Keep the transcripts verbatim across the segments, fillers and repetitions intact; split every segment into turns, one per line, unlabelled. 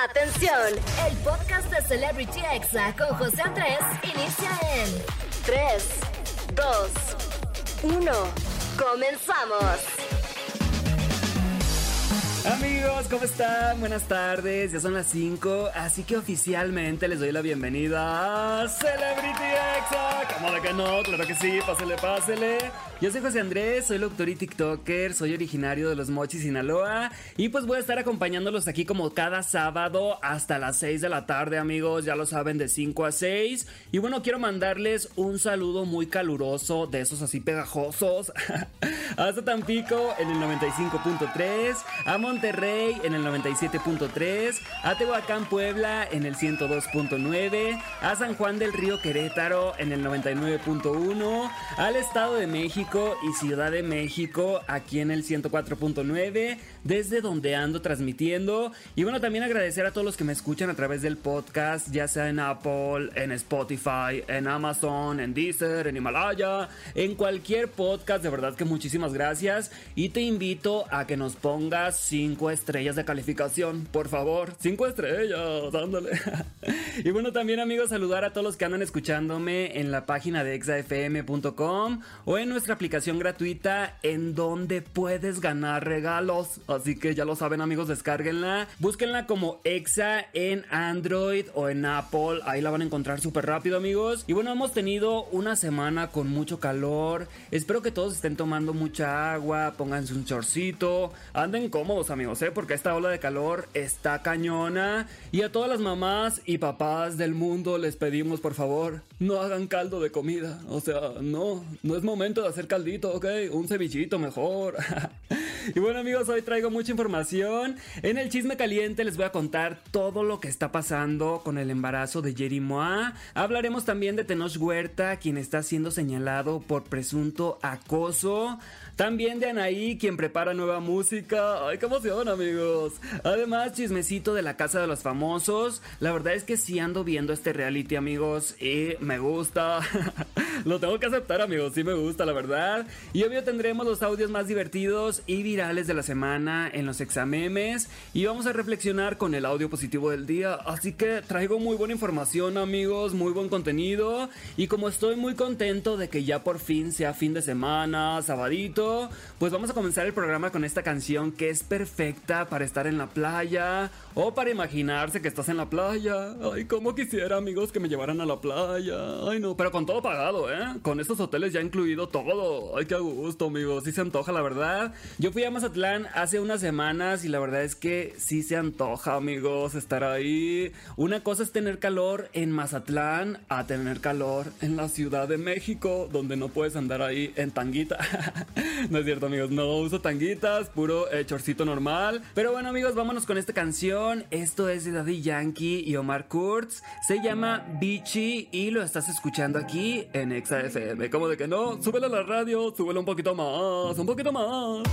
Atención, el podcast de Celebrity Exa con José Andrés inicia en tres, dos, uno. ¡Comenzamos!
Amigos, ¿cómo están? Buenas tardes, ya son las cinco, así que oficialmente les doy la bienvenida a Celebrity Exa. ¿Cómo de que no? Claro que sí, pásele, pásele. Yo soy José Andrés, soy locutor y tiktoker, soy originario de Los Mochis, Sinaloa. Y pues voy a estar acompañándolos aquí como cada sábado hasta las seis de la tarde, amigos. Ya lo saben, de cinco a seis. Y bueno, quiero mandarles un saludo muy caluroso, de esos así pegajosos, hasta Tampico en el noventa y cinco punto tres, a Monterrey en el noventa y siete punto tres, a Tehuacán, Puebla en el ciento dos punto nueve, a San Juan del Río, Querétaro en el noventa y nueve punto uno, al Estado de México y Ciudad de México aquí en el ciento cuatro punto nueve, desde donde ando transmitiendo. Y bueno, también agradecer a todos los que me escuchan a través del podcast, ya sea en Apple, en Spotify, en Amazon, en Deezer, en Himalaya, en cualquier podcast. De verdad que muchísimas gracias, y te invito a que nos pongas cinco estrellas de calificación, por favor. Cinco estrellas, ándale. Y bueno, también, amigos, saludar a todos los que andan escuchándome en la página de exa f m punto com o en nuestra aplicación gratuita, en donde puedes ganar regalos. Así que ya lo saben, amigos, descárguenla, búsquenla como Exa en Android o en Apple, ahí la van a encontrar súper rápido, amigos. Y bueno, hemos tenido una semana con mucho calor, espero que todos estén tomando mucha agua, pónganse un chorcito, anden cómodos, amigos, ¿eh? Porque esta ola de calor está cañona. Y a todas las mamás y papás del mundo les pedimos, por favor, no hagan caldo de comida. O sea, no, no es momento de hacer caldito, ¿ok? Un cevichito mejor. Y bueno, amigos, hoy traigo mucha información. En el chisme caliente les voy a contar todo lo que está pasando con el embarazo de Yeri Mua. Hablaremos también de Tenoch Huerta, quien está siendo señalado por presunto acoso. También de Anaí, quien prepara nueva música. ¡Ay, qué emoción, amigos! Además, chismecito de La Casa de los Famosos. La verdad es que sí ando viendo este reality, amigos, y me gusta. Lo tengo que aceptar, amigos, sí me gusta, la verdad. Y obvio tendremos los audios más divertidos y virales de la semana en los examemes. Y vamos a reflexionar con el audio positivo del día. Así que traigo muy buena información, amigos, muy buen contenido. Y como estoy muy contento de que ya por fin sea fin de semana, sabadito, pues vamos a comenzar el programa con esta canción que es perfecta para estar en la playa o para imaginarse que estás en la playa. Ay, cómo quisiera, amigos, que me llevaran a la playa. Ay, no, pero con todo pagado, ¿eh? Con estos hoteles ya incluido todo. Ay, qué a gusto, amigos, sí se antoja, la verdad. Yo fui a Mazatlán hace unas semanas y la verdad es que sí se antoja, amigos, estar ahí. Una cosa es tener calor en Mazatlán a tener calor en la Ciudad de México, donde no puedes andar ahí en tanguita. No es cierto, amigos, no uso tanguitas, puro eh, chorcito normal. Pero bueno, amigos, vámonos con esta canción. Esto es de Daddy Yankee y Omar Kurtz. Se llama Bichi y lo estás escuchando aquí en Exa F M. ¿Cómo de que no? Súbelo a la radio, súbelo un poquito más, un poquito más.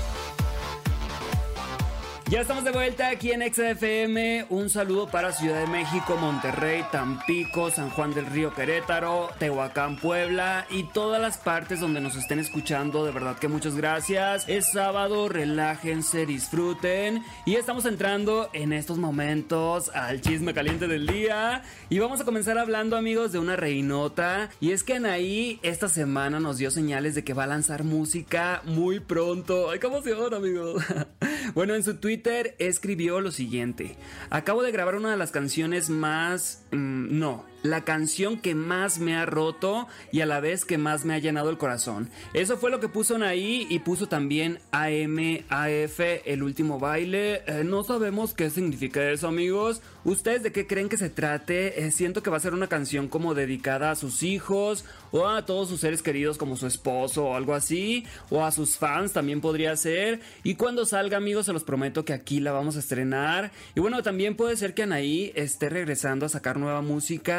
Ya estamos de vuelta aquí en Exa F M. Un saludo para Ciudad de México, Monterrey, Tampico, San Juan del Río, Querétaro, Tehuacán, Puebla y todas las partes donde nos estén escuchando. De verdad que muchas gracias. Es sábado, relájense, disfruten. Y estamos entrando en estos momentos al chisme caliente del día. Y vamos a comenzar hablando, amigos, de una reinota. Y es que Anaí esta semana nos dio señales de que va a lanzar música muy pronto. ¡Ay, qué emoción, amigos! Bueno, en su Twitter escribió lo siguiente: acabo de grabar una de las canciones más... Mmm, no, la canción que más me ha roto y a la vez que más me ha llenado el corazón. Eso fue lo que puso Anaí, y puso también A M A F, el último baile. Eh, no sabemos qué significa eso, amigos. ¿Ustedes de qué creen que se trate? Eh, siento que va a ser una canción como dedicada a sus hijos o a todos sus seres queridos, como su esposo o algo así, o a sus fans también podría ser. Y cuando salga, amigos, se los prometo que aquí la vamos a estrenar. Y bueno, también puede ser que Anaí esté regresando a sacar nueva música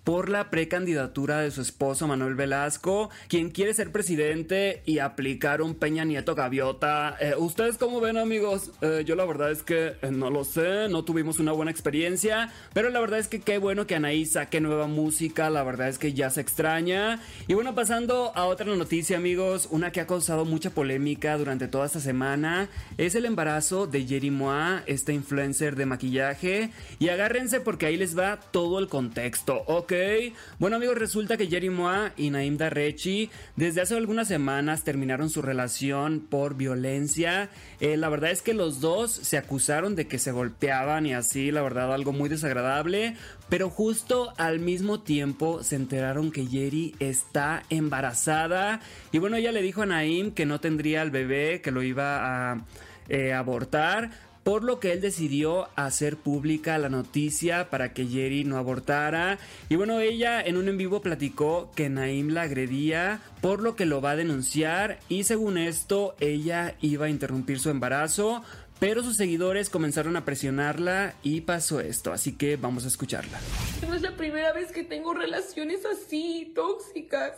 por la precandidatura de su esposo Manuel Velasco, quien quiere ser presidente y aplicar un Peña Nieto gaviota. Eh, ¿Ustedes cómo ven, amigos? Eh, yo la verdad es que eh, no lo sé, no tuvimos una buena experiencia, pero la verdad es que qué bueno que Anaí saque nueva música, la verdad es que ya se extraña. Y bueno, pasando a otra noticia, amigos, una que ha causado mucha polémica durante toda esta semana, es el embarazo de Yeri Mua, esta influencer de maquillaje, y agárrense porque ahí les va todo el contexto, ¿ok? Bueno, amigos, resulta que Yeri Mua y Naim Darrechi desde hace algunas semanas terminaron su relación por violencia. Eh, la verdad es que los dos se acusaron de que se golpeaban y así, la verdad, algo muy desagradable, pero justo al mismo tiempo se enteraron que Yeri está embarazada y bueno, ella le dijo a Naim que no tendría al bebé, que lo iba a eh, abortar, por lo que él decidió hacer pública la noticia para que Yeri no abortara. Y bueno, ella en un en vivo platicó que Naim la agredía, por lo que lo va a denunciar y según esto ella iba a interrumpir su embarazo, pero sus seguidores comenzaron a presionarla y pasó esto, así que vamos a escucharla.
No es la primera vez que tengo relaciones así, tóxicas.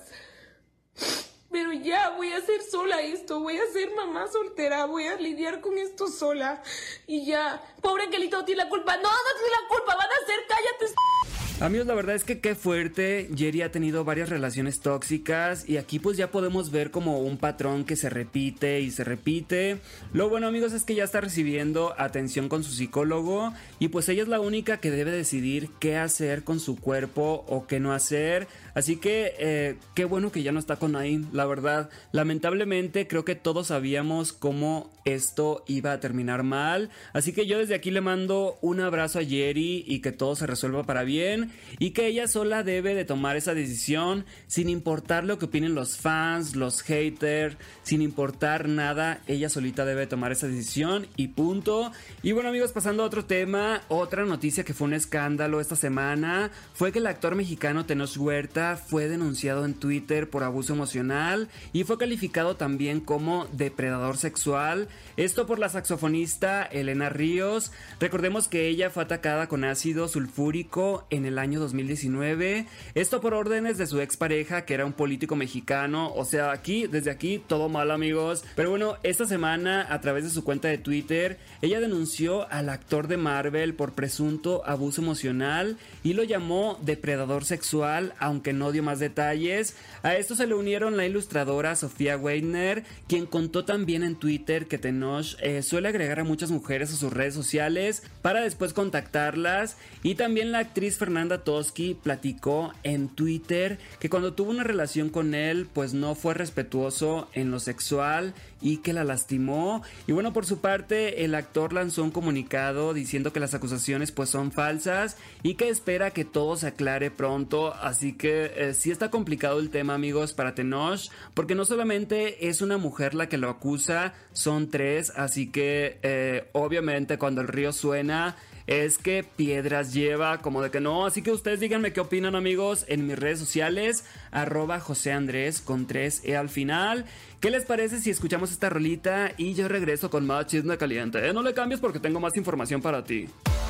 Pero ya, voy a hacer sola esto, voy a ser mamá soltera, voy a lidiar con esto sola. Y ya, pobre Angelito tiene la culpa. No, no tiene la culpa, van a hacer, cállate.
Amigos, la verdad es que qué fuerte. Yeri ha tenido varias relaciones tóxicas y aquí pues ya podemos ver como un patrón que se repite y se repite. Lo bueno, amigos, es que ya está recibiendo atención con su psicólogo y pues ella es la única que debe decidir qué hacer con su cuerpo o qué no hacer. Así que eh, qué bueno que ya no está con Naim, la verdad. Lamentablemente creo que todos sabíamos cómo esto iba a terminar mal. Así que yo desde aquí le mando un abrazo a Yeri y que todo se resuelva para bien. Y que ella sola debe de tomar esa decisión sin importar lo que opinen los fans, los haters, sin importar nada, ella solita debe tomar esa decisión y punto. Y bueno, amigos, pasando a otro tema, otra noticia que fue un escándalo esta semana fue que el actor mexicano Tenoch Huerta fue denunciado en Twitter por abuso emocional y fue calificado también como depredador sexual, esto por la saxofonista Elena Ríos. Recordemos que ella fue atacada con ácido sulfúrico en el año dos mil diecinueve, esto por órdenes de su expareja, que era un político mexicano. O sea, aquí, desde aquí, todo mal, amigos. Pero bueno, esta semana, a través de su cuenta de Twitter, ella denunció al actor de Marvel por presunto abuso emocional y lo llamó depredador sexual, aunque no dio más detalles. A esto se le unieron la ilustradora Sofía Weidner, quien contó también en Twitter que Tenoch eh, suele agregar a muchas mujeres a sus redes sociales para después contactarlas, y también la actriz Fernanda Toschi platicó en Twitter que cuando tuvo una relación con él pues no fue respetuoso en lo sexual y que la lastimó. Y bueno, por su parte el actor lanzó un comunicado diciendo que las acusaciones pues son falsas y que espera que todo se aclare pronto. Así que eh, sí está complicado el tema, amigos, para Tenoch, porque no solamente es una mujer la que lo acusa, son tres, así que eh, obviamente cuando el río suena es que piedras lleva, como de que no. Así que ustedes díganme qué opinan, amigos, en mis redes sociales, arroba José Andrés con tres E al final. ¿Qué les parece si escuchamos esta rolita y yo regreso con más chisme caliente? ¿Eh? No le cambies porque tengo más información para ti.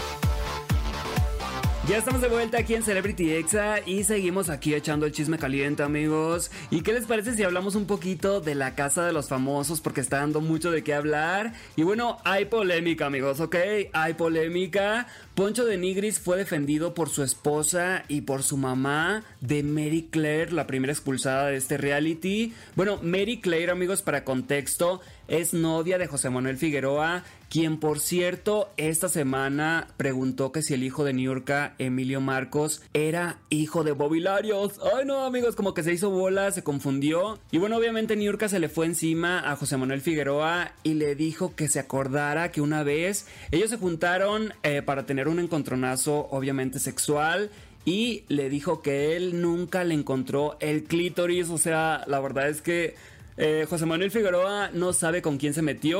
Ya estamos de vuelta aquí en Celebrity Exa y seguimos aquí echando el chisme caliente, amigos. ¿Y qué les parece si hablamos un poquito de la Casa de los Famosos? Porque está dando mucho de qué hablar. Y bueno, hay polémica, amigos, ¿ok? Hay polémica. Poncho de Nigris fue defendido por su esposa y por su mamá de Mary Claire, la primera expulsada de este reality. Bueno, Mary Claire, amigos, para contexto, es novia de José Manuel Figueroa, quien por cierto esta semana preguntó que si el hijo de Niurka, Emilio Marcos, era hijo de Bobby Larios. Ay no, amigos, como que se hizo bola, se confundió. Y bueno, obviamente Niurka se le fue encima a José Manuel Figueroa y le dijo que se acordara que una vez ellos se juntaron eh, para tener un encontronazo obviamente sexual, y le dijo que él nunca le encontró el clítoris. O sea, la verdad es que Eh, José Manuel Figueroa no sabe con quién se metió,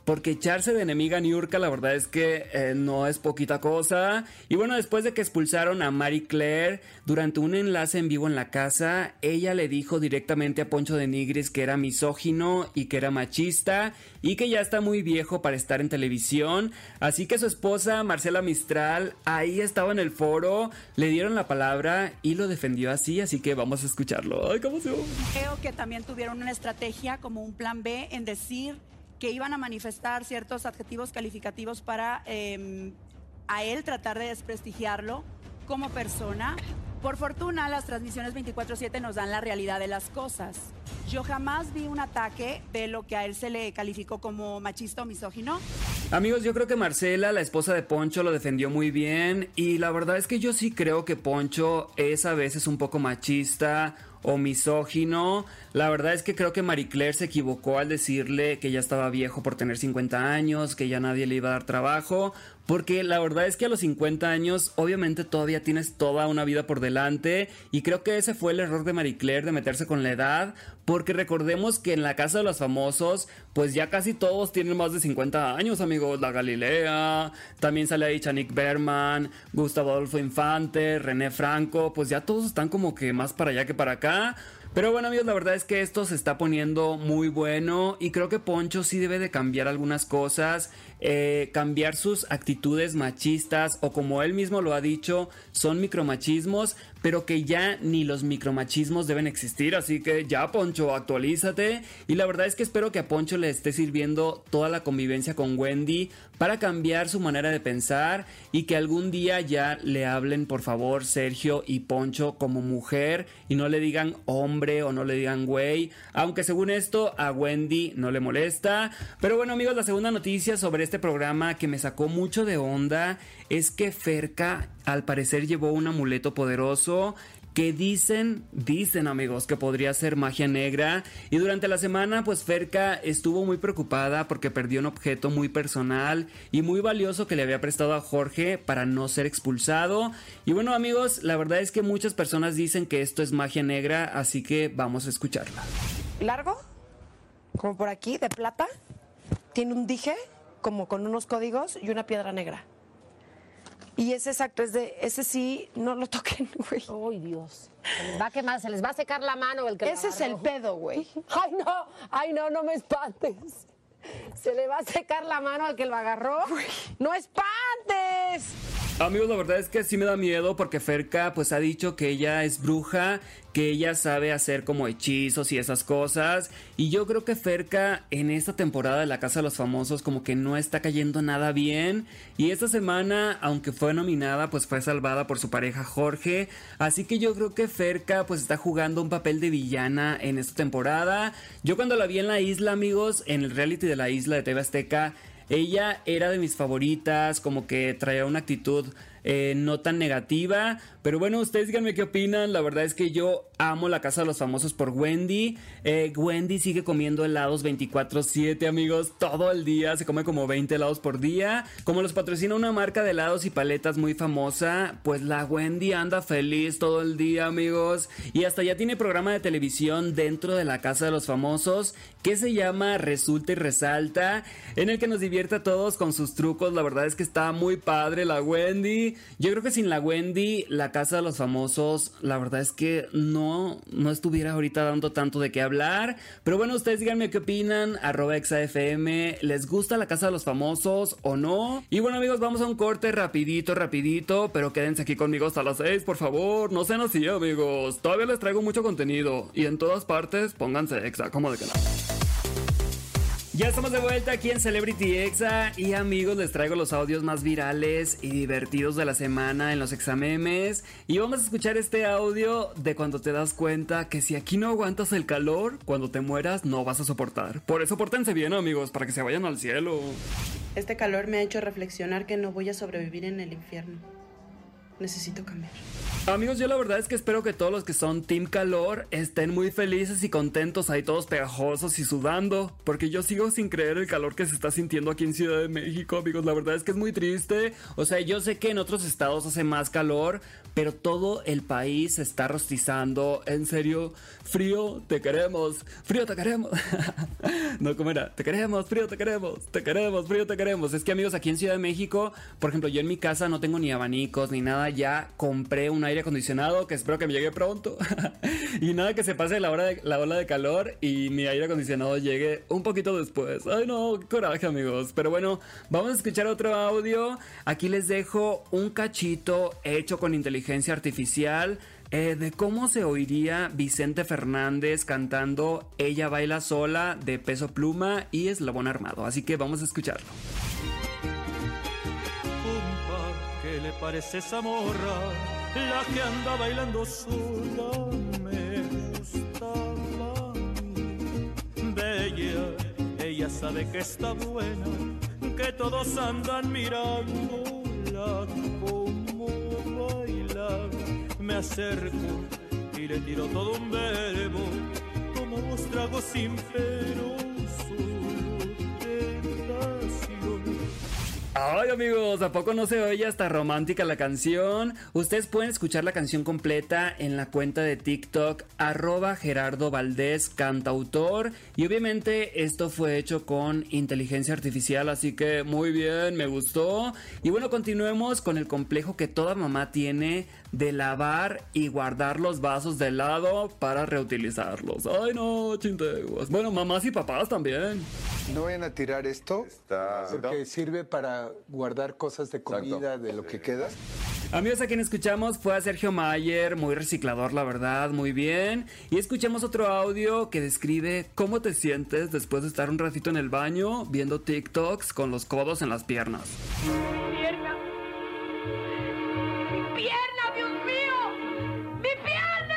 porque echarse de enemiga a Niurka la verdad es que eh, no es poquita cosa. Y bueno, después de que expulsaron a Marie Claire durante un enlace en vivo en la casa, ella le dijo directamente a Poncho de Nigris que era misógino y que era machista y que ya está muy viejo para estar en televisión. Así que su esposa Marcela Mistral ahí estaba en el foro, le dieron la palabra y lo defendió así, así que vamos a escucharlo. ¡Ay, qué emoción!
Creo que también tuvieron una estrategia como un plan B en decir que iban a manifestar ciertos adjetivos calificativos para eh, a él tratar de desprestigiarlo como persona. Por fortuna, las transmisiones veinticuatro siete nos dan la realidad de las cosas. Yo jamás vi un ataque de lo que a él se le calificó como machista o misógino.
Amigos, yo creo que Marcela, la esposa de Poncho, lo defendió muy bien. Y la verdad es que yo sí creo que Poncho es a veces un poco machista o misógino. La verdad es que creo que Marie Claire se equivocó al decirle que ya estaba viejo por tener cincuenta años, que ya nadie le iba a dar trabajo, porque la verdad es que a los cincuenta años obviamente todavía tienes toda una vida por delante, y creo que ese fue el error de Marie Claire, de meterse con la edad, porque recordemos que en la Casa de los Famosos pues ya casi todos tienen más de cincuenta años, amigos. La Galilea, también sale ahí Chanik Berman, Gustavo Adolfo Infante, René Franco, pues ya todos están como que más para allá que para acá. Pero bueno, amigos, la verdad es que esto se está poniendo muy bueno y creo que Poncho sí debe de cambiar algunas cosas, eh, cambiar sus actitudes machistas, o como él mismo lo ha dicho, son micromachismos, pero que ya ni los micromachismos deben existir. Así que ya, Poncho, actualízate. Y la verdad es que espero que a Poncho le esté sirviendo toda la convivencia con Wendy para cambiar su manera de pensar, y que algún día ya le hablen, por favor, Sergio y Poncho como mujer y no le digan hombre o no le digan güey, aunque según esto a Wendy no le molesta. Pero bueno, amigos, la segunda noticia sobre este programa que me sacó mucho de onda es que Ferka al parecer llevó un amuleto poderoso que dicen, dicen amigos, que podría ser magia negra. Y durante la semana pues Ferka estuvo muy preocupada porque perdió un objeto muy personal y muy valioso que le había prestado a Jorge para no ser expulsado. Y bueno, amigos, la verdad es que muchas personas dicen que esto es magia negra, así que vamos a escucharla.
Largo, como por aquí, de plata, tiene un dije como con unos códigos y una piedra negra. Y ese exacto, es de, ese sí, no lo toquen, güey.
¡Ay, Dios! Se les va a quemar, se les va a secar la mano el que
Ese es el pedo, güey.
¡Ay, no! ¡Ay, no, no me espantes! Se le va a secar la mano al que lo agarró. Uy. ¡No espantes!
Amigos, la verdad es que sí me da miedo porque Ferka pues ha dicho que ella es bruja, que ella sabe hacer como hechizos y esas cosas. Y yo creo que Ferka en esta temporada de La Casa de los Famosos como que no está cayendo nada bien. Y esta semana, aunque fue nominada, pues fue salvada por su pareja Jorge. Así que yo creo que Ferka pues está jugando un papel de villana en esta temporada. Yo cuando la vi en la isla, amigos, en el reality de la isla de T V Azteca, ella era de mis favoritas, como que traía una actitud eh, no tan negativa. Pero bueno, ustedes díganme qué opinan. La verdad es que yo amo La Casa de los Famosos por Wendy. eh, Wendy sigue comiendo helados veinticuatro siete, amigos, todo el día. Se come como veinte helados por día. Como los patrocina una marca de helados y paletas muy famosa, pues la Wendy anda feliz todo el día, amigos. Y hasta ya tiene programa de televisión dentro de La Casa de los Famosos que se llama Resulta y Resalta, en el que nos divierte a todos con sus trucos. La verdad es que está muy padre la Wendy. Yo creo que sin la Wendy, La Casa de los Famosos, la verdad es que no, no estuviera ahorita dando tanto de qué hablar. Pero bueno, ustedes díganme qué opinan, arroba exafm, ¿les gusta La Casa de los Famosos o no? Y bueno, amigos, vamos a un corte rapidito, rapidito, pero quédense aquí conmigo hasta las seis, por favor, no sean así, amigos. Todavía les traigo mucho contenido y en todas partes pónganse exa, como de que no. Ya estamos de vuelta aquí en Celebrity Exa y amigos, les traigo los audios más virales y divertidos de la semana en los examemes. Y vamos a escuchar este audio de cuando te das cuenta que si aquí no aguantas el calor, cuando te mueras no vas a soportar. Por eso pórtense bien, amigos, para que se vayan al cielo.
Este calor me ha hecho reflexionar que no voy a sobrevivir en el infierno.
necesito cambiar.
Amigos, yo la verdad es que espero que todos los que son Team Calor estén muy felices y contentos, ahí todos pegajosos y sudando, porque yo sigo sin creer el calor que se está sintiendo aquí en Ciudad de México, amigos. La verdad es que es muy triste. O sea, yo sé que en otros estados hace más calor, pero todo el país se está rostizando. En serio, frío, te queremos, frío, te queremos. No, ¿cómo era? Te queremos, frío, te queremos, te queremos, frío, te queremos. Es que, amigos, aquí en Ciudad de México, por ejemplo, yo en mi casa no tengo ni abanicos ni nada. Ya compré un aire acondicionado que espero que me llegue pronto. Y nada, que se pase la, hora de, la ola de calor y mi aire acondicionado llegue un poquito después. Ay, no, qué coraje, amigos. Pero bueno, vamos a escuchar otro audio. Aquí les dejo un cachito hecho con inteligencia artificial eh, de cómo se oiría Vicente Fernández cantando Ella baila sola de Peso Pluma y Eslabón Armado. Así que vamos a escucharlo.
¿Qué le parece esa morra? La que anda bailando sola me gusta a mí. Bella, ella sabe que está buena, que todos andan mirándola como baila. Me acerco y le tiro todo un verbo, tomamos tragos sin pero solo tentación.
Ay, amigos, ¿a poco no se oye hasta romántica la canción? Ustedes pueden escuchar la canción completa en la cuenta de TikTok arroba Gerardo Valdés Cantautor. Y obviamente esto fue hecho con inteligencia artificial, así que muy bien, me gustó. Y bueno, continuemos con el complejo que toda mamá tiene de lavar y guardar los vasos de helado para reutilizarlos. Ay, no, chinteguas. Bueno, mamás y papás también.
No vayan a tirar esto,
Está,
porque
¿no?
sirve para guardar cosas de comida,
Exacto.
de lo
Sí.
que queda.
Amigos, a quien escuchamos fue a Sergio Mayer, muy reciclador, la verdad, muy bien. Y escuchamos otro audio que describe cómo te sientes después de estar un ratito en el baño viendo TikToks con los codos en las piernas.
Mi pierna. Mi pierna, Dios mío. Mi pierna.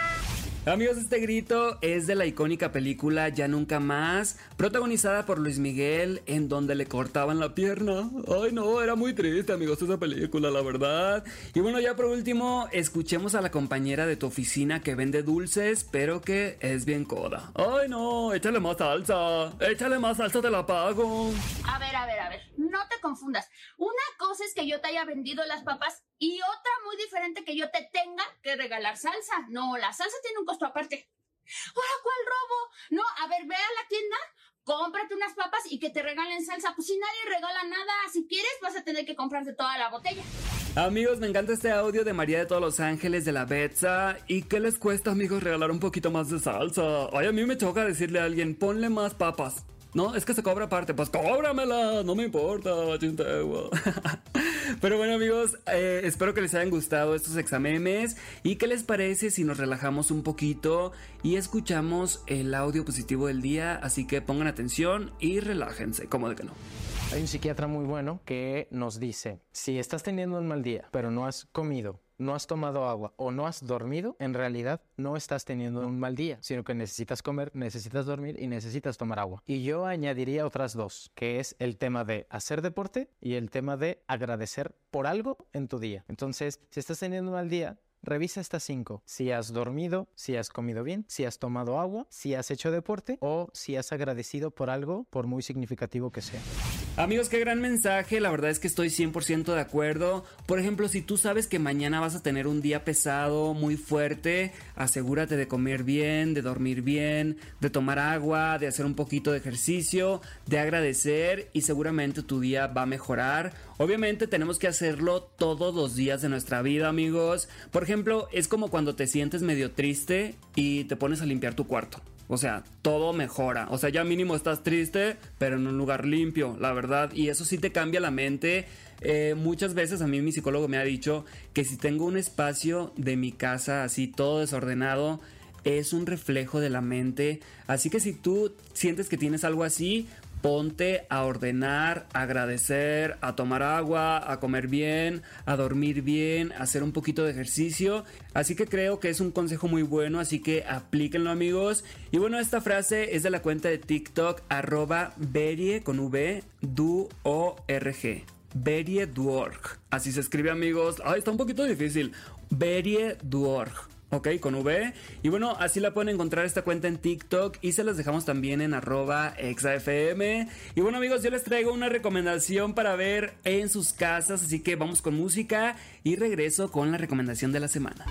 Amigos, este grito es de la icónica película Ya Nunca Más, protagonizada por Luis Miguel, en donde le cortaban la pierna. Ay, no, era muy triste, amigos, esa película, la verdad. Y bueno, ya por último, escuchemos a la compañera de tu oficina que vende dulces, pero que es bien coda. Ay, no, échale más salsa, échale más salsa, te la pago.
A ver, a ver, a ver. No te confundas. Una cosa es que yo te haya vendido las papas y otra muy diferente que yo te tenga que regalar salsa. No, la salsa tiene un costo aparte. ¿Ahora cuál robo? No, a ver, ve a la tienda, cómprate unas papas y que te regalen salsa. Pues si nadie regala nada, si quieres vas a tener que comprarte toda la botella.
Amigos, me encanta este audio de María de todos los Ángeles de la Betsa. ¿Y qué les cuesta, amigos, regalar un poquito más de salsa? Ay, a mí me choca decirle a alguien, ponle más papas. No, es que se cobra aparte. Pues cóbramela, no me importa, chintegua. Pero bueno, amigos, eh, espero que les hayan gustado estos examemes. ¿Y qué les parece si nos relajamos un poquito y escuchamos el audio positivo del día? Así que pongan atención y relájense, como de que no.
Hay un psiquiatra muy bueno que nos dice, si estás teniendo un mal día, pero no has comido, no has tomado agua o no has dormido, en realidad no estás teniendo un mal día, sino que necesitas comer, necesitas dormir y necesitas tomar agua. Y yo añadiría otras dos, que es el tema de hacer deporte y el tema de agradecer por algo en tu día. Entonces, si estás teniendo un mal día, revisa estas cinco. Si has dormido, si has comido bien, si has tomado agua, si has hecho deporte o si has agradecido por algo, por muy significativo que sea.
Amigos, qué gran mensaje, la verdad es que estoy cien por ciento de acuerdo. Por ejemplo, si tú sabes que mañana vas a tener un día pesado, muy fuerte, asegúrate de comer bien, de dormir bien, de tomar agua, de hacer un poquito de ejercicio, de agradecer y seguramente tu día va a mejorar. Obviamente tenemos que hacerlo todos los días de nuestra vida, amigos. Por ejemplo, es como cuando te sientes medio triste y te pones a limpiar tu cuarto. O sea, todo mejora. O sea, ya mínimo estás triste, pero en un lugar limpio, la verdad. Y eso sí te cambia la mente. Eh, muchas veces a mí mi psicólogo me ha dicho que si tengo un espacio de mi casa así todo desordenado, es un reflejo de la mente. Así que si tú sientes que tienes algo así, ponte a ordenar, a agradecer, a tomar agua, a comer bien, a dormir bien, a hacer un poquito de ejercicio. Así que creo que es un consejo muy bueno, así que aplíquenlo, amigos. Y bueno, esta frase es de la cuenta de TikTok arroba Berie con V, du o R G. Berie Duorg. Así se escribe, amigos. Ay, está un poquito difícil. Berie Duorg. Ok, con V. Y bueno, así la pueden encontrar esta cuenta en TikTok. Y se las dejamos también en arroba exafm. Y bueno, amigos, yo les traigo una recomendación para ver en sus casas. Así que vamos con música y regreso con la recomendación de la semana.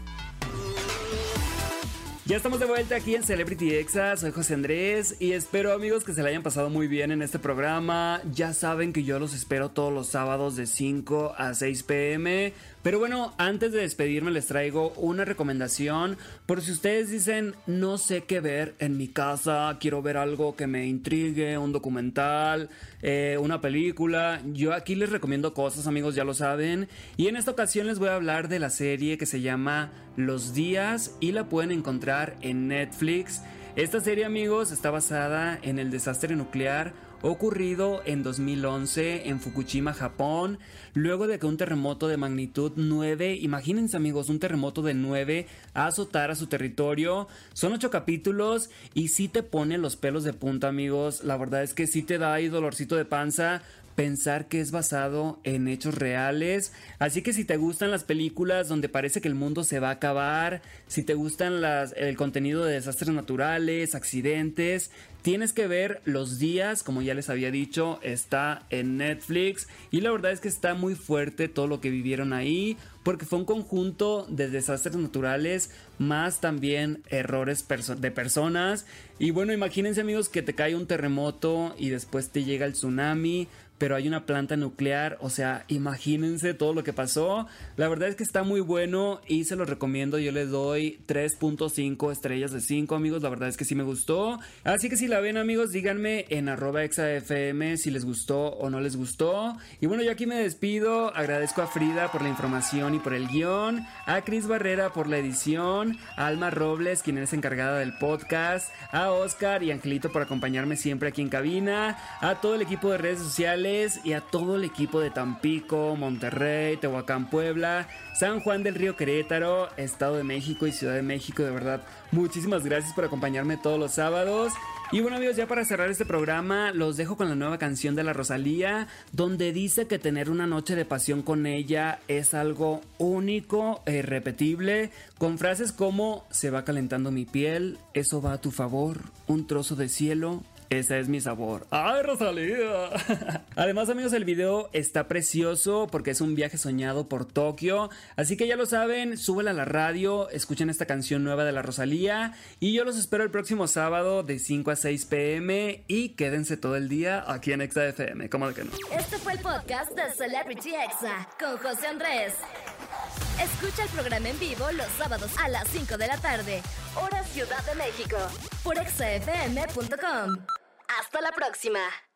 Ya estamos de vuelta aquí en Celebrity Exa, soy José Andrés y espero, amigos, que se la hayan pasado muy bien en este programa. Ya saben que yo los espero todos los sábados de cinco a seis pm. Pero bueno, antes de despedirme les traigo una recomendación por si ustedes dicen no sé qué ver en mi casa, quiero ver algo que me intrigue, un documental, eh, una película. Yo aquí les recomiendo cosas, amigos, ya lo saben. Y en esta ocasión les voy a hablar de la serie que se llama Los Días y la pueden encontrar en Netflix. Esta serie, amigos, está basada en el desastre nuclear ocurrido en dos mil once en Fukushima, Japón, luego de que un terremoto de magnitud nueve, imagínense, amigos, un terremoto de nueve azotara su territorio. Son ocho capítulos y sí te pone los pelos de punta, amigos. La verdad es que sí te da ahí dolorcito de panza pensar que es basado en hechos reales. Así que si te gustan las películas donde parece que el mundo se va a acabar, si te gustan las, el contenido de desastres naturales, accidentes, tienes que ver Los Días, como ya les había dicho, está en Netflix. Y la verdad es que está muy fuerte todo lo que vivieron ahí, porque fue un conjunto de desastres naturales, más también errores perso- de personas. Y bueno, imagínense, amigos, que te cae un terremoto y después te llega el tsunami, pero hay una planta nuclear. O sea, imagínense todo lo que pasó. La verdad es que está muy bueno y se los recomiendo. Yo les doy tres punto cinco estrellas de cinco, amigos. La verdad es que sí me gustó. Así que si la ven, amigos, díganme en arroba exafm si les gustó o no les gustó. Y bueno, yo aquí me despido. Agradezco a Frida por la información y por el guión, a Cris Barrera por la edición, a Alma Robles, quien es encargada del podcast, a Oscar y Angelito por acompañarme siempre aquí en cabina, a todo el equipo de redes sociales y a todo el equipo de Tampico, Monterrey, Tehuacán, Puebla, San Juan del Río, Querétaro, Estado de México y Ciudad de México. De verdad, muchísimas gracias por acompañarme todos los sábados. Y bueno, amigos, ya para cerrar este programa los dejo con la nueva canción de la Rosalía, donde dice que tener una noche de pasión con ella es algo único e irrepetible, con frases como se va calentando mi piel, eso va a tu favor, un trozo de cielo, ese es mi sabor. ¡Ay, Rosalía! Además, amigos, el video está precioso porque es un viaje soñado por Tokio. Así que ya lo saben, súbela a la radio, escuchen esta canción nueva de la Rosalía. Y yo los espero el próximo sábado de cinco a seis pm. Y quédense todo el día aquí en Exa F M. ¿Cómo de que no?
Este fue el podcast de Celebrity Exa con José Andrés. Escucha el programa en vivo los sábados a las cinco de la tarde, hora Ciudad de México, por exafm punto com. Hasta la próxima.